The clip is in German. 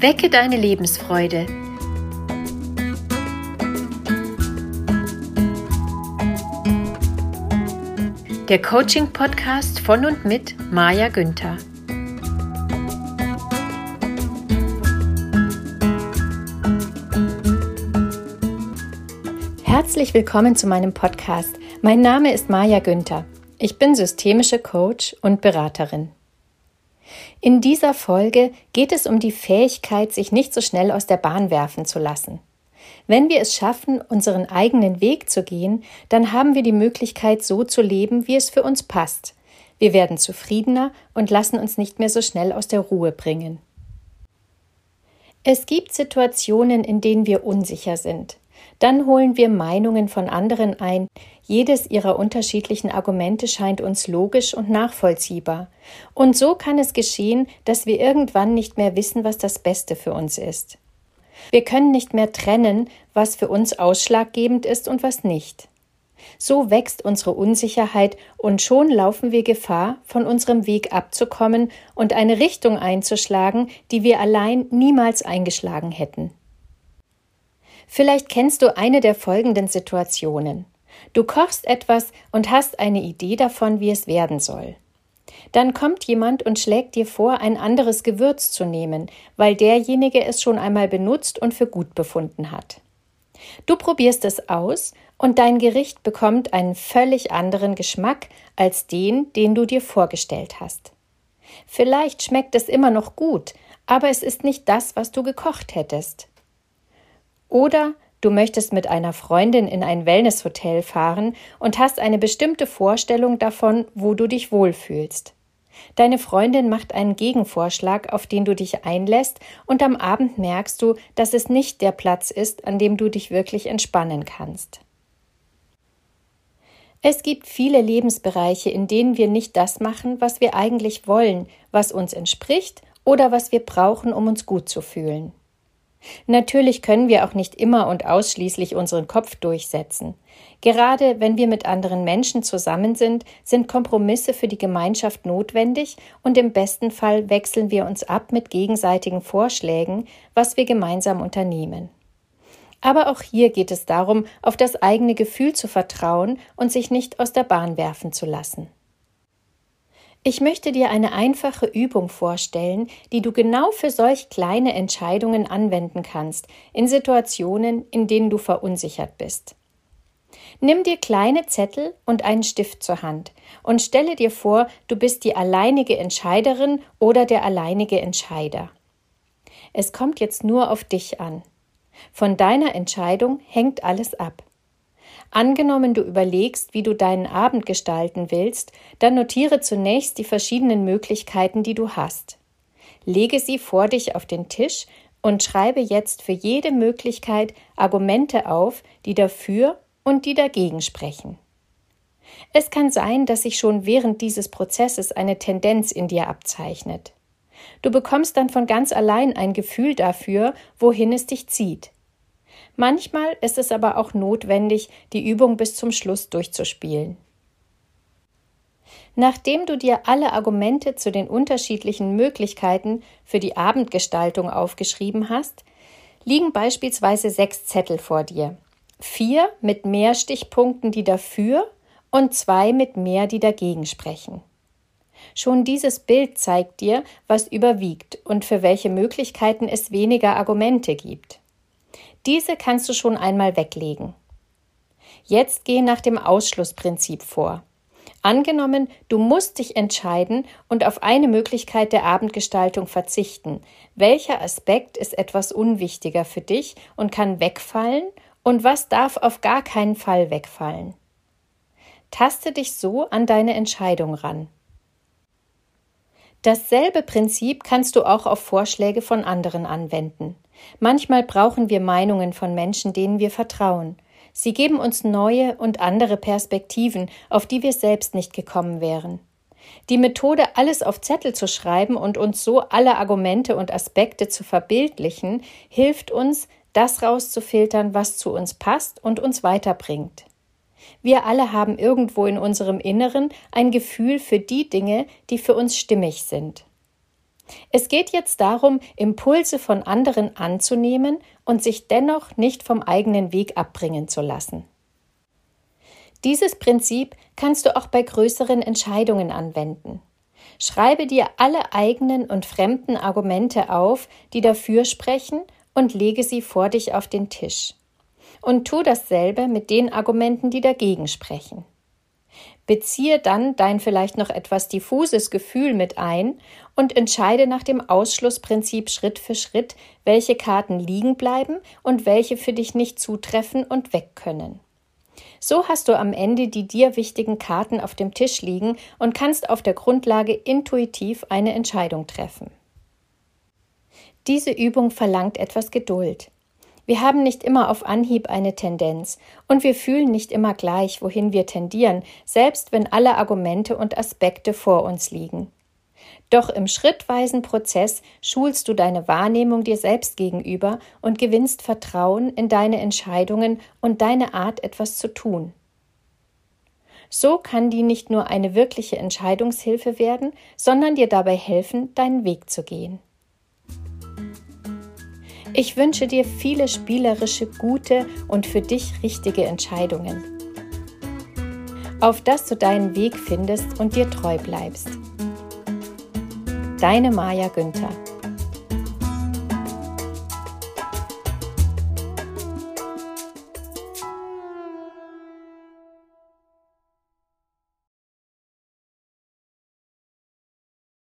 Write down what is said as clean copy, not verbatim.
Wecke deine Lebensfreude. Der Coaching-Podcast von und mit Maja Günther. Herzlich willkommen zu meinem Podcast. Mein Name ist Maja Günther. Ich bin systemische Coach und Beraterin. In dieser Folge geht es um die Fähigkeit, sich nicht so schnell aus der Bahn werfen zu lassen. Wenn wir es schaffen, unseren eigenen Weg zu gehen, dann haben wir die Möglichkeit, so zu leben, wie es für uns passt. Wir werden zufriedener und lassen uns nicht mehr so schnell aus der Ruhe bringen. Es gibt Situationen, in denen wir unsicher sind. Dann holen wir Meinungen von anderen ein. Jedes ihrer unterschiedlichen Argumente scheint uns logisch und nachvollziehbar. Und so kann es geschehen, dass wir irgendwann nicht mehr wissen, was das Beste für uns ist. Wir können nicht mehr trennen, was für uns ausschlaggebend ist und was nicht. So wächst unsere Unsicherheit und schon laufen wir Gefahr, von unserem Weg abzukommen und eine Richtung einzuschlagen, die wir allein niemals eingeschlagen hätten. Vielleicht kennst du eine der folgenden Situationen. Du kochst etwas und hast eine Idee davon, wie es werden soll. Dann kommt jemand und schlägt dir vor, ein anderes Gewürz zu nehmen, weil derjenige es schon einmal benutzt und für gut befunden hat. Du probierst es aus und dein Gericht bekommt einen völlig anderen Geschmack als den du dir vorgestellt hast. Vielleicht schmeckt es immer noch gut, aber es ist nicht das, was du gekocht hättest. Oder du möchtest mit einer Freundin in ein Wellnesshotel fahren und hast eine bestimmte Vorstellung davon, wo du dich wohlfühlst. Deine Freundin macht einen Gegenvorschlag, auf den du dich einlässt, und am Abend merkst du, dass es nicht der Platz ist, an dem du dich wirklich entspannen kannst. Es gibt viele Lebensbereiche, in denen wir nicht das machen, was wir eigentlich wollen, was uns entspricht oder was wir brauchen, um uns gut zu fühlen. Natürlich können wir auch nicht immer und ausschließlich unseren Kopf durchsetzen. Gerade wenn wir mit anderen Menschen zusammen sind Kompromisse für die Gemeinschaft notwendig und im besten Fall wechseln wir uns ab mit gegenseitigen Vorschlägen, was wir gemeinsam unternehmen. Aber auch hier geht es darum, auf das eigene Gefühl zu vertrauen und sich nicht aus der Bahn werfen zu lassen. Ich möchte dir eine einfache Übung vorstellen, die du genau für solch kleine Entscheidungen anwenden kannst, in Situationen, in denen du verunsichert bist. Nimm dir kleine Zettel und einen Stift zur Hand und stelle dir vor, du bist die alleinige Entscheiderin oder der alleinige Entscheider. Es kommt jetzt nur auf dich an. Von deiner Entscheidung hängt alles ab. Angenommen, du überlegst, wie du deinen Abend gestalten willst, dann notiere zunächst die verschiedenen Möglichkeiten, die du hast. Lege sie vor dich auf den Tisch und schreibe jetzt für jede Möglichkeit Argumente auf, die dafür und die dagegen sprechen. Es kann sein, dass sich schon während dieses Prozesses eine Tendenz in dir abzeichnet. Du bekommst dann von ganz allein ein Gefühl dafür, wohin es dich zieht. Manchmal ist es aber auch notwendig, die Übung bis zum Schluss durchzuspielen. Nachdem du dir alle Argumente zu den unterschiedlichen Möglichkeiten für die Abendgestaltung aufgeschrieben hast, liegen beispielsweise 6 Zettel vor dir. 4 mit mehr Stichpunkten, die dafür, und 2 mit mehr, die dagegen sprechen. Schon dieses Bild zeigt dir, was überwiegt und für welche Möglichkeiten es weniger Argumente gibt. Diese kannst du schon einmal weglegen. Jetzt geh nach dem Ausschlussprinzip vor. Angenommen, du musst dich entscheiden und auf eine Möglichkeit der Abendgestaltung verzichten. Welcher Aspekt ist etwas unwichtiger für dich und kann wegfallen und was darf auf gar keinen Fall wegfallen? Taste dich so an deine Entscheidung ran. Dasselbe Prinzip kannst du auch auf Vorschläge von anderen anwenden. Manchmal brauchen wir Meinungen von Menschen, denen wir vertrauen. Sie geben uns neue und andere Perspektiven, auf die wir selbst nicht gekommen wären. Die Methode, alles auf Zettel zu schreiben und uns so alle Argumente und Aspekte zu verbildlichen, hilft uns, das rauszufiltern, was zu uns passt und uns weiterbringt. Wir alle haben irgendwo in unserem Inneren ein Gefühl für die Dinge, die für uns stimmig sind. Es geht jetzt darum, Impulse von anderen anzunehmen und sich dennoch nicht vom eigenen Weg abbringen zu lassen. Dieses Prinzip kannst du auch bei größeren Entscheidungen anwenden. Schreibe dir alle eigenen und fremden Argumente auf, die dafür sprechen, und lege sie vor dich auf den Tisch. Und tu dasselbe mit den Argumenten, die dagegen sprechen. Beziehe dann dein vielleicht noch etwas diffuses Gefühl mit ein und entscheide nach dem Ausschlussprinzip Schritt für Schritt, welche Karten liegen bleiben und welche für dich nicht zutreffen und weg können. So hast du am Ende die dir wichtigen Karten auf dem Tisch liegen und kannst auf der Grundlage intuitiv eine Entscheidung treffen. Diese Übung verlangt etwas Geduld. Wir haben nicht immer auf Anhieb eine Tendenz und wir fühlen nicht immer gleich, wohin wir tendieren, selbst wenn alle Argumente und Aspekte vor uns liegen. Doch im schrittweisen Prozess schulst du deine Wahrnehmung dir selbst gegenüber und gewinnst Vertrauen in deine Entscheidungen und deine Art, etwas zu tun. So kann die nicht nur eine wirkliche Entscheidungshilfe werden, sondern dir dabei helfen, deinen Weg zu gehen. Ich wünsche dir viele spielerische, gute und für dich richtige Entscheidungen, auf dass du deinen Weg findest und dir treu bleibst. Deine Maja Günther.